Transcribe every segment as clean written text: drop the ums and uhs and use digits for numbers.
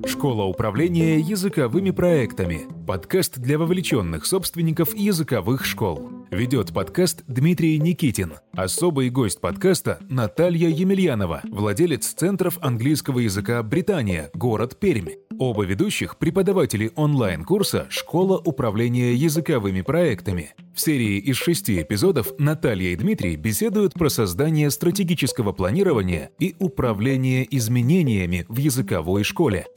Школа управления языковыми проектами. Подкаст для вовлеченных собственников языковых школ. Ведет подкаст Дмитрий Никитин. Особый гость подкаста Наталья Емельянова, владелец центров английского языка «Британия», город Пермь. Оба ведущих – преподаватели онлайн-курса «Школа управления языковыми проектами». В серии из 6 эпизодов Наталья и Дмитрий беседуют про создание стратегического планирования и управление изменениями в языковой школе.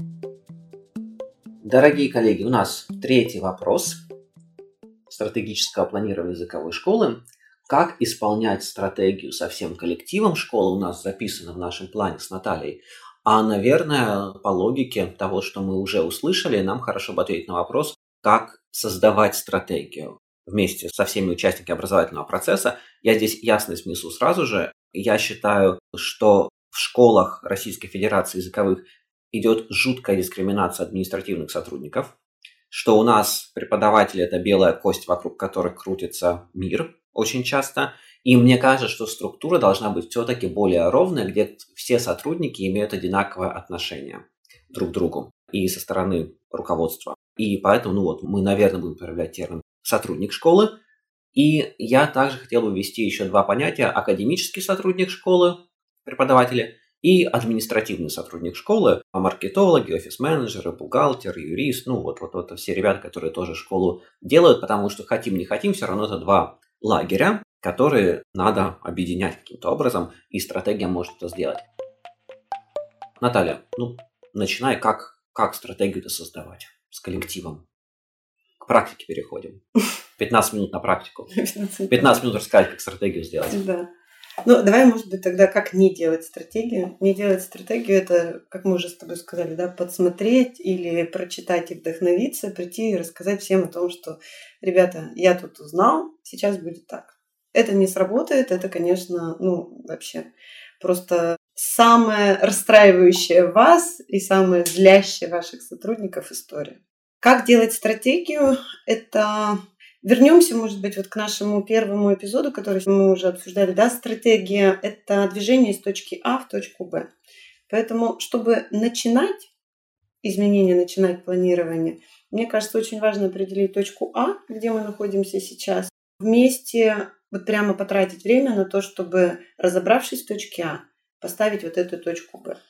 Дорогие коллеги, у нас третий вопрос стратегического планирования языковой школы. Как исполнять стратегию со всем коллективом школы у нас записано в нашем плане с Натальей. А, наверное, по логике того, что мы уже услышали, нам хорошо бы ответить на вопрос, как создавать стратегию вместе со всеми участниками образовательного процесса. Я здесь ясность внесу сразу же. Я считаю, что в школах Российской Федерации языковых идет жуткая дискриминация административных сотрудников, что у нас преподаватели – это белая кость, вокруг которой крутится мир очень часто. И мне кажется, что структура должна быть все-таки более ровная, где все сотрудники имеют одинаковое отношение друг к другу и со стороны руководства. И поэтому мы, наверное, будем проявлять термин «сотрудник школы». И я также хотел бы ввести еще два понятия: академический сотрудник школы, преподаватели, и административный сотрудник школы, маркетологи, офис-менеджеры, бухгалтер, юрист, вот все ребята, которые тоже школу делают, потому что хотим не хотим, все равно это два лагеря, которые надо объединять каким-то образом, и стратегия может это сделать. Наталья, начинай, как стратегию-то создавать с коллективом? К практике переходим. 15 минут на практику. 15 минут рассказать, как стратегию сделать. Да. Давай, может быть, тогда как не делать стратегию. Не делать стратегию – это, как мы уже с тобой сказали, подсмотреть или прочитать и вдохновиться, прийти и рассказать всем о том, что, ребята, я тут узнал, сейчас будет так. Это не сработает, это, конечно, вообще просто самое расстраивающее вас и самое злящее ваших сотрудников история. Как делать стратегию? Это... Вернемся, может быть, к нашему первому эпизоду, который мы уже обсуждали. Стратегия – это движение из точки А в точку Б. Поэтому, чтобы начинать изменения, начинать планирование, мне кажется, очень важно определить точку А, где мы находимся сейчас, вместе прямо потратить время на то, чтобы, разобравшись в точке А, поставить эту точку Б.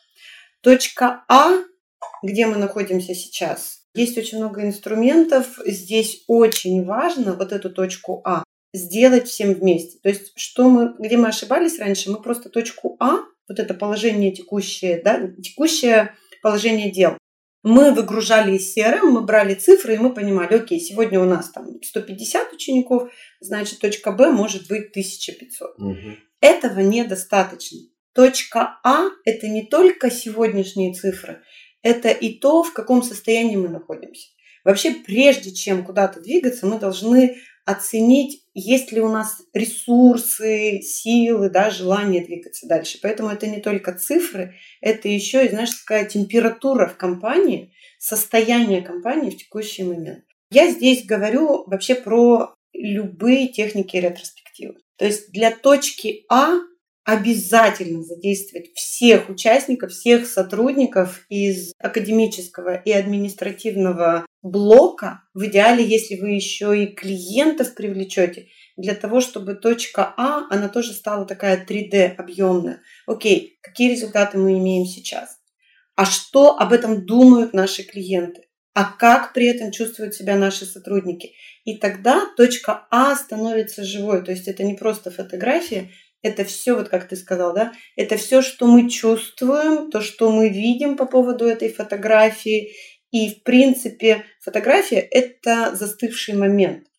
Точка А, где мы находимся сейчас, есть очень много инструментов. Здесь очень важно эту точку А сделать всем вместе. То есть, где мы ошибались раньше, мы просто точку А, это положение текущее, текущее положение дел, мы выгружали из CRM, мы брали цифры, и мы понимали, окей, сегодня у нас 150 учеников, значит, точка Б может быть 1500. Угу. Этого недостаточно. Точка А – это не только сегодняшние цифры, это и то, в каком состоянии мы находимся. Вообще, прежде чем куда-то двигаться, мы должны оценить, есть ли у нас ресурсы, силы, желание двигаться дальше. Поэтому это не только цифры, это еще и, такая температура в компании, состояние компании в текущий момент. Я здесь говорю вообще про любые техники ретроспективы. То есть для точки А обязательно задействовать всех участников, всех сотрудников из академического и административного блока. В идеале, если вы еще и клиентов привлечете, для того, чтобы точка А, она тоже стала такая 3D объемная. Окей, какие результаты мы имеем сейчас? А что об этом думают наши клиенты? А как при этом чувствуют себя наши сотрудники? И тогда точка А становится живой. То есть это не просто фотография, это все, как ты сказал, это все, что мы чувствуем, то, что мы видим по поводу этой фотографии. И, в принципе, фотография – это застывший момент.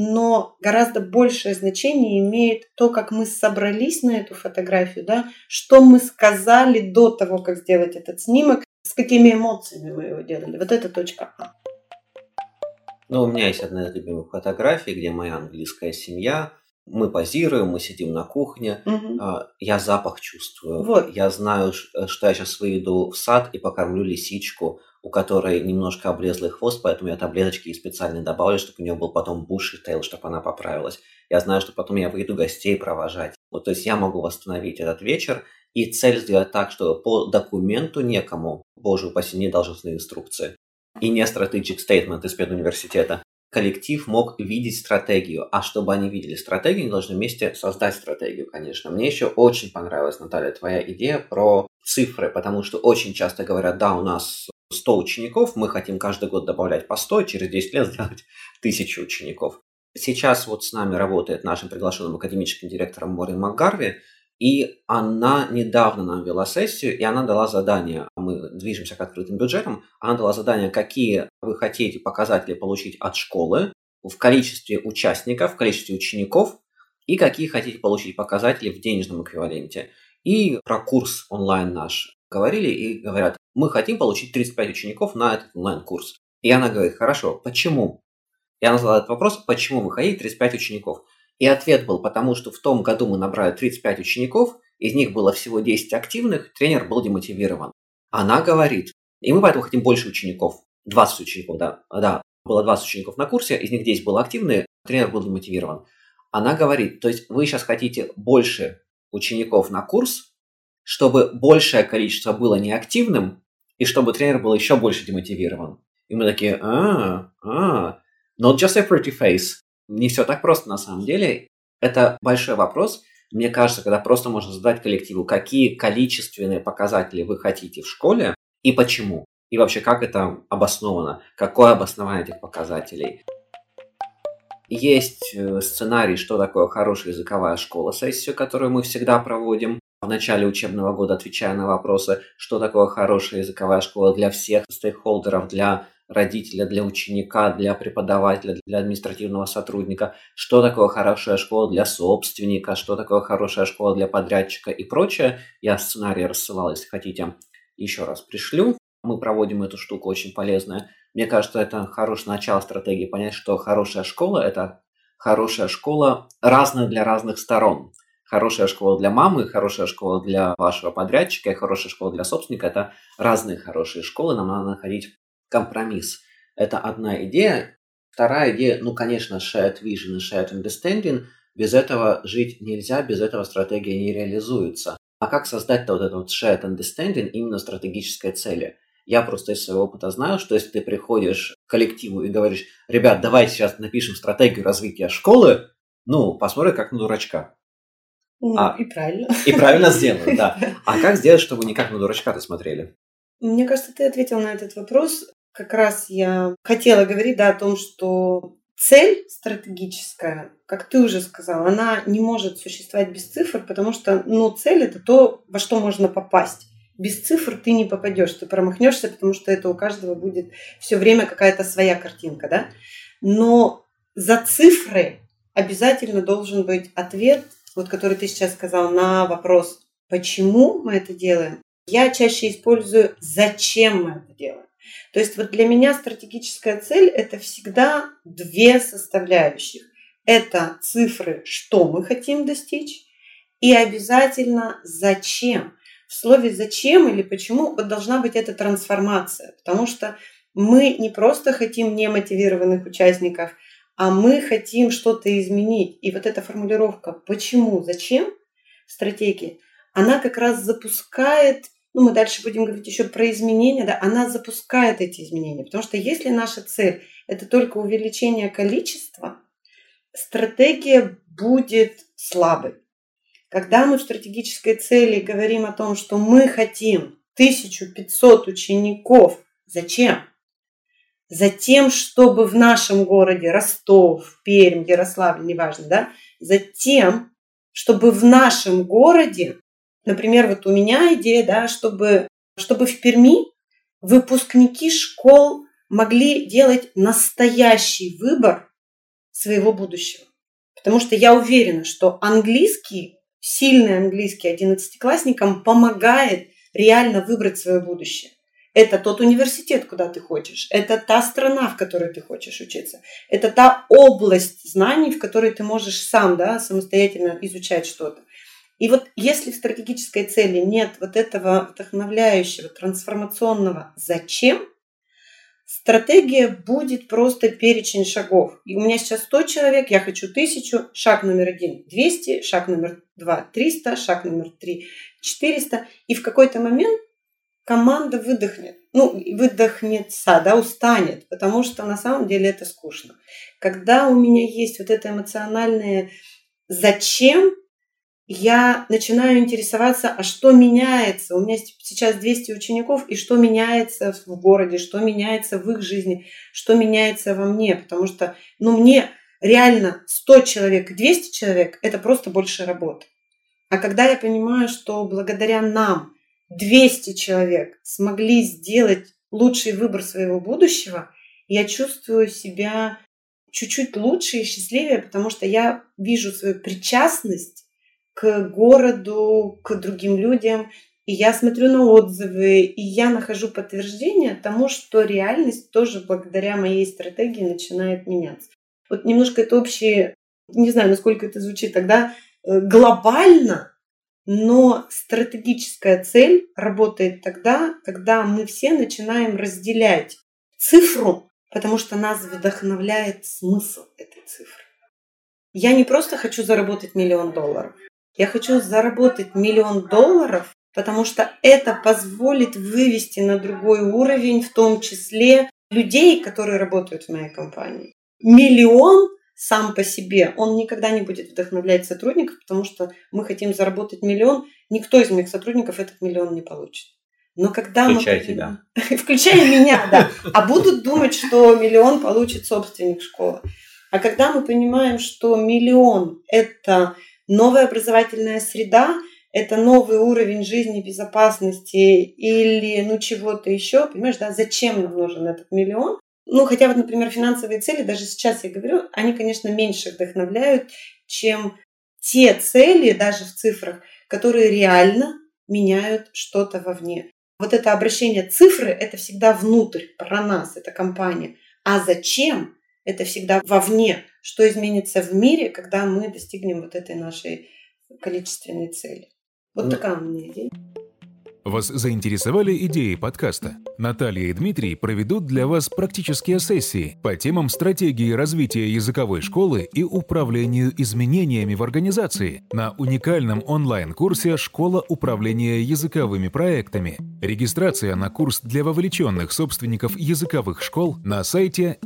Но гораздо большее значение имеет то, как мы собрались на эту фотографию, что мы сказали до того, как сделать этот снимок, с какими эмоциями мы его делали. Это точка А. У меня есть одна из любимых фотографий, где моя английская семья. Мы позируем, мы сидим на кухне, я запах чувствую. Я знаю, что я сейчас выйду в сад и покормлю лисичку, у которой немножко облезлый хвост, поэтому я таблеточки специально добавлю, чтобы у нее был потом bushy tail, чтобы она поправилась. Я знаю, что потом я выйду гостей провожать. То есть я могу восстановить этот вечер И цель сделать так, что по документу некому, боже упаси, не должностные инструкции, и не strategic statement из педуниверситета, коллектив мог видеть стратегию. А чтобы они видели стратегию, они должны вместе создать стратегию, конечно. Мне еще очень понравилась, Наталья, твоя идея про цифры, потому что очень часто говорят, да, у нас 100 учеников, мы хотим каждый год добавлять по 100, через 10 лет сделать 1000 учеников. Сейчас вот с нами работает нашим приглашенным академическим директором Морин МакГарви, и она недавно нам вела сессию, и она дала задание, мы движемся к открытым бюджетам, она дала задание, какие вы хотите показатели получить от школы в количестве участников, в количестве учеников, и какие хотите получить показатели в денежном эквиваленте. И про курс онлайн наш говорили, и говорят, мы хотим получить 35 учеников на этот онлайн-курс. И она говорит, хорошо, почему? И она задала этот вопрос, почему вы хотите 35 учеников? И ответ был, потому что в том году мы набрали 35 учеников, из них было всего 10 активных, тренер был демотивирован. Она говорит, и мы поэтому хотим больше учеников, 20 учеников, да, было 20 учеников на курсе, из них 10 было активные, тренер был демотивирован. Она говорит, то есть вы сейчас хотите больше учеников на курс, чтобы большее количество было неактивным, и чтобы тренер был еще больше демотивирован. И мы такие, not just a pretty face. Не все так просто на самом деле. Это большой вопрос. Мне кажется, когда просто можно задать коллективу, какие количественные показатели вы хотите в школе и почему. И вообще, как это обосновано, какое обоснование этих показателей. Есть сценарий, что такое хорошая языковая школа, сессию, которую мы всегда проводим в начале учебного года, отвечая на вопросы, что такое хорошая языковая школа для всех стейкхолдеров, для родителя, для ученика, для преподавателя, для административного сотрудника, что такое хорошая школа для собственника, что такое хорошая школа для подрядчика и прочее. Я сценарий рассылал, если хотите, еще раз пришлю. Мы проводим эту штуку, очень полезная. Мне кажется, это хорошее начало стратегии, понять, что хорошая школа – это хорошая школа разная для разных сторон. Хорошая школа для мамы, хорошая школа для вашего подрядчика и хорошая школа для собственника – это разные хорошие школы, нам надо находить компромисс. Это одна идея. Вторая идея, конечно, shared vision и shared understanding. Без этого жить нельзя, без этого стратегия не реализуется. А как создать-то вот это вот shared understanding именно стратегической цели? Я просто из своего опыта знаю, что если ты приходишь к коллективу и говоришь, ребят, давайте сейчас напишем стратегию развития школы, посмотрим как на дурачка. И правильно. И правильно сделают, да. А как сделать, чтобы не как на дурачка-то смотрели? Мне кажется, ты ответил на этот вопрос. Как раз я хотела говорить, о том, что цель стратегическая, как ты уже сказала, она не может существовать без цифр, потому что, цель – это то, во что можно попасть. Без цифр ты не попадешь, ты промахнешься, потому что это у каждого будет все время какая-то своя картинка, да? Но за цифрой обязательно должен быть ответ, который ты сейчас сказал, на вопрос, почему мы это делаем. Я чаще использую, зачем мы это делаем. То есть для меня стратегическая цель – это всегда две составляющих. Это цифры, что мы хотим достичь, и обязательно зачем. В слове «зачем» или «почему» должна быть эта трансформация, потому что мы не просто хотим немотивированных участников, а мы хотим что-то изменить. И эта формулировка «почему?», «зачем?» стратегии, она как раз запускает, мы дальше будем говорить еще про изменения, она запускает эти изменения. Потому что если наша цель – это только увеличение количества, стратегия будет слабой. Когда мы в стратегической цели говорим о том, что мы хотим 1500 учеников, зачем? Затем, чтобы в нашем городе, Ростов, Пермь, Ярославль, неважно, затем, чтобы в нашем городе, например, у меня идея, чтобы в Перми выпускники школ могли делать настоящий выбор своего будущего. Потому что я уверена, что сильный английский 11-классникам помогает реально выбрать свое будущее. Это тот университет, куда ты хочешь. Это та страна, в которой ты хочешь учиться. Это та область знаний, в которой ты можешь сам самостоятельно изучать что-то. И если в стратегической цели нет этого вдохновляющего, трансформационного «зачем?», стратегия будет просто перечень шагов. И у меня сейчас 100 человек, я хочу 1000. Шаг номер 1 – 200, шаг номер 2 – 300, шаг номер 3 – 400. И в какой-то момент команда выдохнется, да, устанет, потому что на самом деле это скучно. Когда у меня есть вот это эмоциональное «зачем?», я начинаю интересоваться, а что меняется. У меня сейчас 200 учеников, и что меняется в городе, что меняется в их жизни, что меняется во мне. Потому что мне реально 100 человек и 200 человек – это просто больше работы. А когда я понимаю, что благодаря нам 200 человек смогли сделать лучший выбор своего будущего, я чувствую себя чуть-чуть лучше и счастливее, потому что я вижу свою причастность к городу, к другим людям, и я смотрю на отзывы, и я нахожу подтверждение тому, что реальность тоже благодаря моей стратегии начинает меняться. Вот немножко это общее, не знаю, насколько это звучит тогда глобально, но стратегическая цель работает тогда, когда мы все начинаем разделять цифру, потому что нас вдохновляет смысл этой цифры. Я не просто хочу заработать $1 миллион. Я хочу заработать $1 миллион, потому что это позволит вывести на другой уровень, в том числе людей, которые работают в моей компании. Миллион сам по себе, он никогда не будет вдохновлять сотрудников, потому что мы хотим заработать $1 миллион, никто из моих сотрудников этот $1 миллион не получит. Но когда тебя. Включая меня, да. А будут думать, что $1 миллион получит собственник школы. А когда мы понимаем, что $1 миллион – это новая образовательная среда, это новый уровень жизни, безопасности или чего-то еще, понимаешь, да, зачем нам нужен этот $1 миллион? Хотя вот, например, финансовые цели, даже сейчас я говорю, они, конечно, меньше вдохновляют, чем те цели, даже в цифрах, которые реально меняют что-то вовне. Вот это обращение цифры – это всегда внутрь, про нас, это компания. А зачем? Это всегда вовне, что изменится в мире, когда мы достигнем вот этой нашей количественной цели. Вот такая у меня идея. Вас заинтересовали идеи подкаста? Наталья и Дмитрий проведут для вас практические сессии по темам стратегии развития языковой школы и управлению изменениями в организации на уникальном онлайн-курсе «Школа управления языковыми проектами». Регистрация на курс для вовлеченных собственников языковых школ на сайте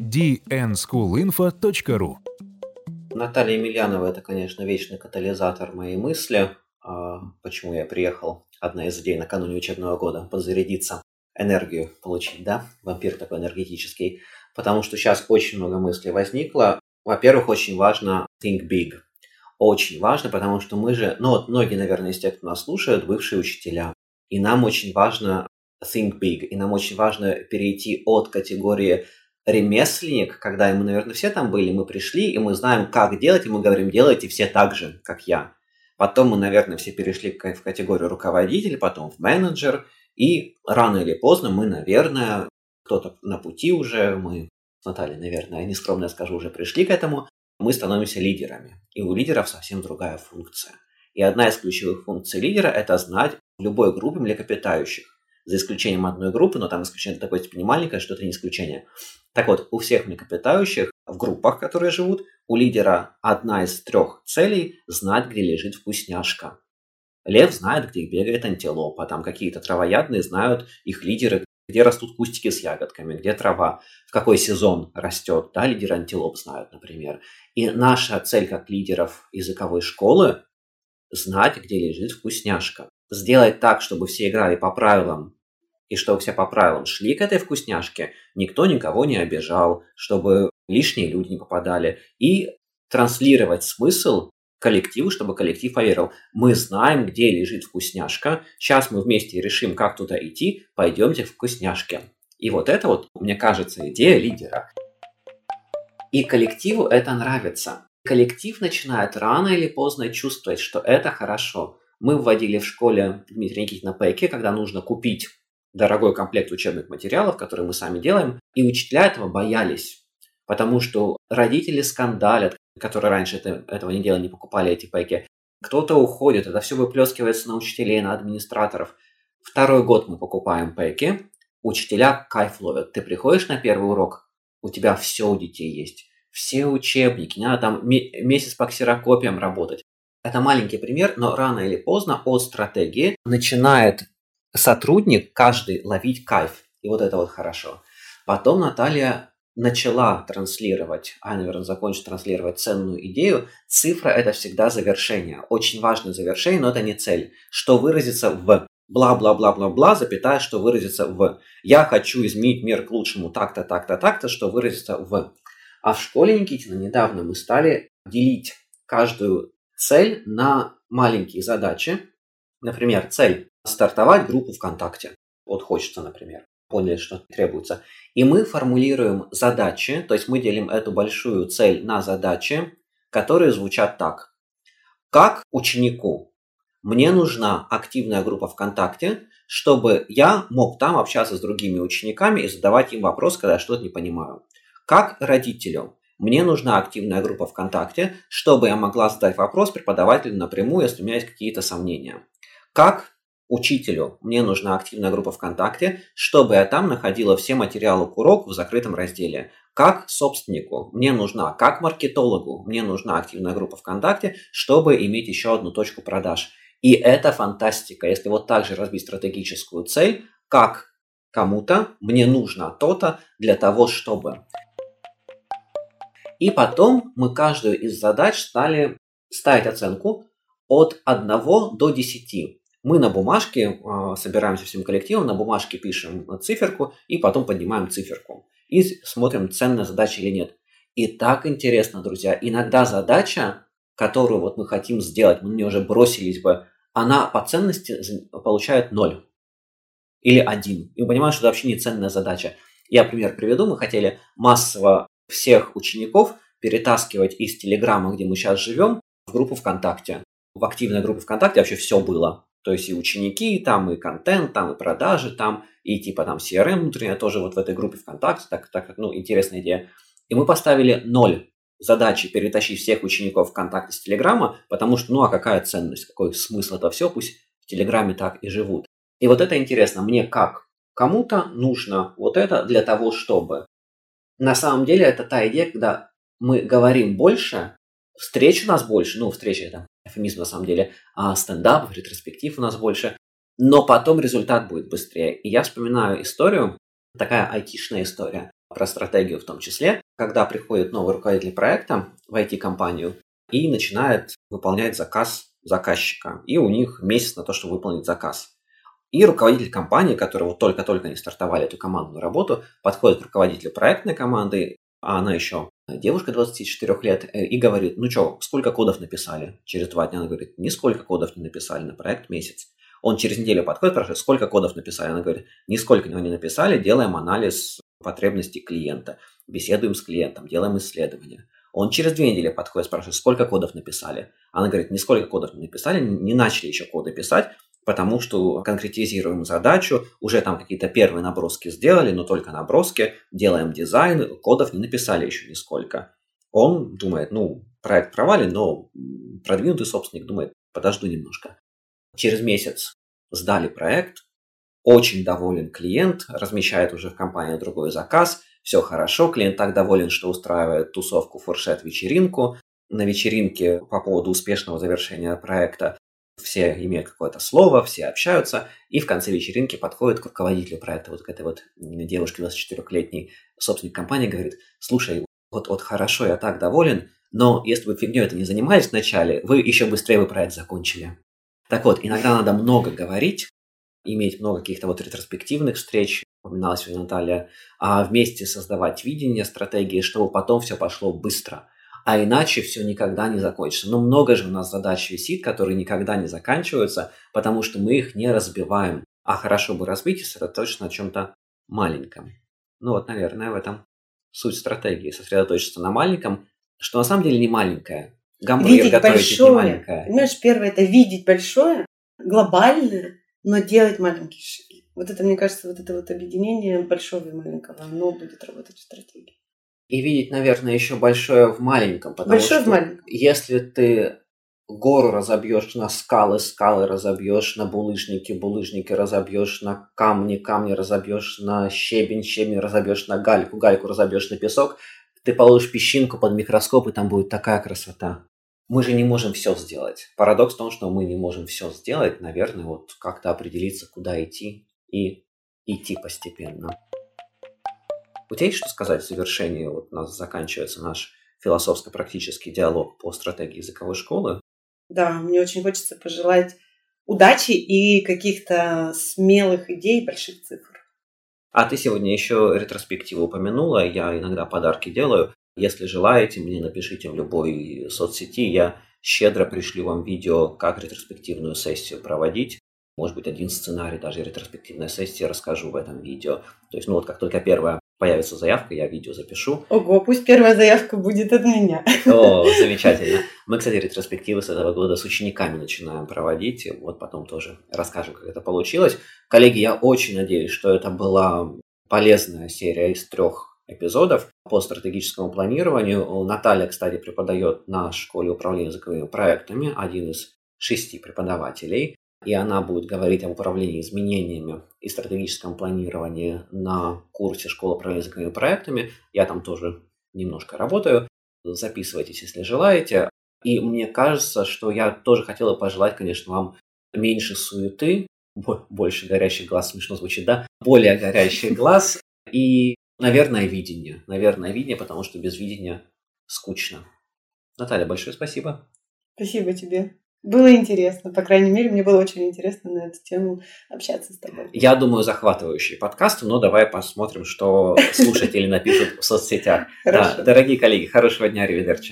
dnschoolinfo.ru. Наталья Емельянова – это, конечно, вечный катализатор моей мысли. Почему я приехал? Одна из идей накануне учебного года – подзарядиться, энергию получить, да? Вампир такой энергетический. Потому что сейчас очень много мыслей возникло. Во-первых, очень важно think big. Очень важно, потому что мы же, многие, наверное, из тех, кто нас слушают, бывшие учителя. И нам очень важно think big. И нам очень важно перейти от категории ремесленник, когда мы, наверное, все там были, мы пришли, и мы знаем, как делать, и мы говорим, делайте все так же, как я. Потом мы, наверное, все перешли в категорию руководитель, потом в менеджер, и рано или поздно мы, наверное, кто-то на пути уже, мы с Натальей, наверное, нескромно скажу, уже пришли к этому, мы становимся лидерами. И у лидеров совсем другая функция. И одна из ключевых функций лидера – это знать в любой группе млекопитающих. За исключением одной группы, но там исключение такой степени маленькое, что это не исключение. Так вот, у всех млекопитающих в группах, которые живут, у лидера одна из 3 целей – знать, где лежит вкусняшка. Лев знает, где бегает антилопа, там какие-то травоядные знают их лидеры, где растут кустики с ягодками, где трава, в какой сезон растет, да, лидеры антилоп знают, например. И наша цель как лидеров языковой школы – знать, где лежит вкусняшка. Сделать так, чтобы все играли по правилам, и чтобы все по правилам шли к этой вкусняшке, никто никого не обижал, чтобы лишние люди не попадали. И транслировать смысл коллективу, чтобы коллектив поверил. Мы знаем, где лежит вкусняшка, сейчас мы вместе решим, как туда идти, пойдемте к вкусняшке. И вот это вот, мне кажется, идея лидера. И коллективу это нравится. Коллектив начинает рано или поздно чувствовать, что это хорошо. Мы вводили в школе Дмитрия Никитина ПЭКи, когда нужно купить дорогой комплект учебных материалов, которые мы сами делаем, и учителя этого боялись, потому что родители скандалят, которые раньше этого не делали, не покупали эти пэки. Кто-то уходит, это все выплескивается на учителей, на администраторов. 2-й год мы покупаем пэки, учителя кайф ловят. Ты приходишь на первый урок, у тебя все у детей есть. Все учебники, не надо там месяц по ксерокопиям работать. Это маленький пример, но рано или поздно от стратегии начинает сотрудник каждый ловить кайф. И вот это вот хорошо. Потом Наталья начала транслировать, наверное, закончит транслировать ценную идею. Цифра – это всегда завершение. Очень важное завершение, но это не цель. Что выразится в бла-бла-бла-бла-бла, запятая, что выразится в «я хочу изменить мир к лучшему так-то, так-то, так-то», что выразится в. А в школе Никитина недавно мы стали делить каждую цель на маленькие задачи. Например, цель – стартовать группу ВКонтакте. Вот хочется, например. Поняли, что требуется. И мы формулируем задачи, то есть мы делим эту большую цель на задачи, которые звучат так. Как ученику мне нужна активная группа ВКонтакте, чтобы я мог там общаться с другими учениками и задавать им вопрос, когда я что-то не понимаю. Как родителю мне нужна активная группа ВКонтакте, чтобы я могла задать вопрос преподавателю напрямую, если у меня есть какие-то сомнения. Как учителю мне нужна активная группа ВКонтакте, чтобы я там находила все материалы к уроку в закрытом разделе. Как собственнику мне нужна, как маркетологу мне нужна активная группа ВКонтакте, чтобы иметь еще одну точку продаж. И это фантастика. Если вот так же разбить стратегическую цель, как кому-то мне нужно то-то для того, чтобы. И потом мы каждую из задач стали ставить оценку от 1 до 10. Мы на бумажке собираемся всем коллективом, на бумажке пишем циферку и потом поднимаем циферку. И смотрим, ценная задача или нет. И так интересно, друзья. Иногда задача, которую вот мы хотим сделать, мы на нее уже бросились бы, она по ценности получает 0 или 1. И мы понимаем, что это вообще не ценная задача. Я пример приведу. Мы хотели массово всех учеников перетаскивать из Телеграма, где мы сейчас живем, в группу ВКонтакте. В активной группе ВКонтакте вообще все было. То есть и ученики там, и контент там, и продажи там, и типа там CRM внутренняя тоже вот в этой группе ВКонтакте. Так, интересная идея. И мы поставили 0 задачи перетащить всех учеников ВКонтакте с Телеграма, потому что, а какая ценность, какой смысл это все, пусть в Телеграме так и живут. И вот это интересно, мне как кому-то нужно вот это для того, чтобы. На самом деле это та идея, когда мы говорим больше, встреч у нас больше, встреча это эвфемизм на самом деле, а стендап, ретроспектив у нас больше, но потом результат будет быстрее. И я вспоминаю историю, такая айтишная история, про стратегию в том числе, когда приходит новый руководитель проекта в IT-компанию и начинает выполнять заказ заказчика. И у них месяц на то, чтобы выполнить заказ. И руководитель компании, который вот только-только не стартовали эту командную работу, подходит к руководителю проектной команды, а она еще девушка 24 лет, и говорит, сколько кодов написали? Через 2 дня она говорит, нисколько кодов не написали, на проект месяц. Он через неделю подходит, спрашивает, сколько кодов написали? Она говорит, нисколько не написали, делаем анализ потребностей клиента, беседуем с клиентом, делаем исследования. Он через 2 недели подходит, спрашивает, сколько кодов написали? Она говорит, нисколько кодов не написали, не начали еще коды писать, потому что конкретизируем задачу, уже там какие-то первые наброски сделали, но только наброски, делаем дизайн, кодов не написали еще нисколько. Он думает, проект провален, но продвинутый собственник думает, подожду немножко. Через месяц сдали проект, очень доволен клиент, размещает уже в компании другой заказ, все хорошо, клиент так доволен, что устраивает тусовку, фуршет, вечеринку. На вечеринке по поводу успешного завершения проекта все имеют какое-то слово, все общаются, и в конце вечеринки подходит к руководителю проекта, вот к этой вот девушке 24-летней, собственник компании, говорит, слушай, вот хорошо, я так доволен, но если бы фигней это не занимались вначале, вы еще быстрее бы проект закончили. Так вот, иногда надо много говорить, иметь много каких-то вот ретроспективных встреч, упоминалась сегодня Наталья, а вместе создавать видение, стратегии, чтобы потом все пошло быстро. А иначе все никогда не закончится. Но много же у нас задач висит, которые никогда не заканчиваются, потому что мы их не разбиваем. А хорошо бы разбить и сосредоточиться на чем-то маленьком. Наверное, в этом суть стратегии. Сосредоточиться на маленьком, что на самом деле не маленькое. Гамбургер готовить не маленькое. Понимаешь, первое – это видеть большое, глобальное, но делать маленькие шаги. Вот это, мне кажется, вот это вот объединение большого и маленького, оно будет работать в стратегии. И видеть, наверное, еще большое в маленьком. Потому что если ты гору разобьешь на скалы, скалы разобьешь на булыжники, булыжники разобьешь на камни, камни разобьешь на щебень, щебень разобьешь на гальку, гальку разобьешь на песок, ты положишь песчинку под микроскоп, и там будет такая красота. Мы же не можем все сделать. Парадокс в том, что мы не можем все сделать. Наверное, вот как-то определиться, куда идти, и идти постепенно. У тебя есть что сказать в завершении? Вот у нас заканчивается наш философско-практический диалог по стратегии языковой школы. Да, мне очень хочется пожелать удачи и каких-то смелых идей, больших цифр. А ты сегодня еще ретроспективу упомянула. Я иногда подарки делаю. Если желаете, мне напишите в любой соцсети. Я щедро пришлю вам видео, как ретроспективную сессию проводить. Может быть, один сценарий, даже ретроспективной сессии расскажу в этом видео. То есть, вот как только первая появится заявка, я видео запишу. Ого, пусть первая заявка будет от меня. О, замечательно. Мы, кстати, ретроспективы с этого года с учениками начинаем проводить. Вот потом тоже расскажем, как это получилось. Коллеги, я очень надеюсь, что это была полезная серия из 3 эпизодов по стратегическому планированию. Наталья, кстати, преподает на школе управления языковыми проектами, один из 6 преподавателей. И она будет говорить об управлении изменениями и стратегическом планировании на курсе школы управления языковыми проектами. Я там тоже немножко работаю. Записывайтесь, если желаете. И мне кажется, что я тоже хотела пожелать, конечно, вам меньше суеты, больше горящих глаз, смешно звучит, да? Более горящих глаз и, наверное, видение. Наверное, видение, потому что без видения скучно. Наталья, большое спасибо. Спасибо тебе. Было интересно, по крайней мере, мне было очень интересно на эту тему общаться с тобой. Я думаю, захватывающий подкаст, но давай посмотрим, что слушатели напишут в соцсетях. Да, дорогие коллеги, хорошего дня, аривидерчи.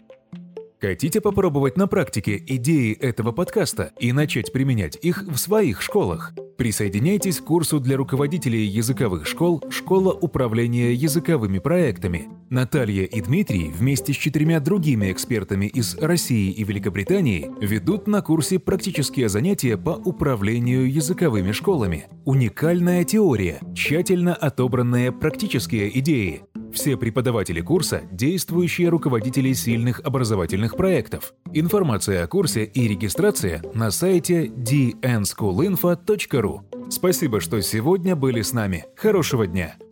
Хотите попробовать на практике идеи этого подкаста и начать применять их в своих школах? Присоединяйтесь к курсу для руководителей языковых школ «Школа управления языковыми проектами». Наталья и Дмитрий вместе с 4 другими экспертами из России и Великобритании ведут на курсе практические занятия по управлению языковыми школами. Уникальная теория, тщательно отобранные практические идеи. Все преподаватели курса – действующие руководители сильных образовательных проектов. Информация о курсе и регистрация на сайте dnschoolinfo.ru. Спасибо, что сегодня были с нами. Хорошего дня!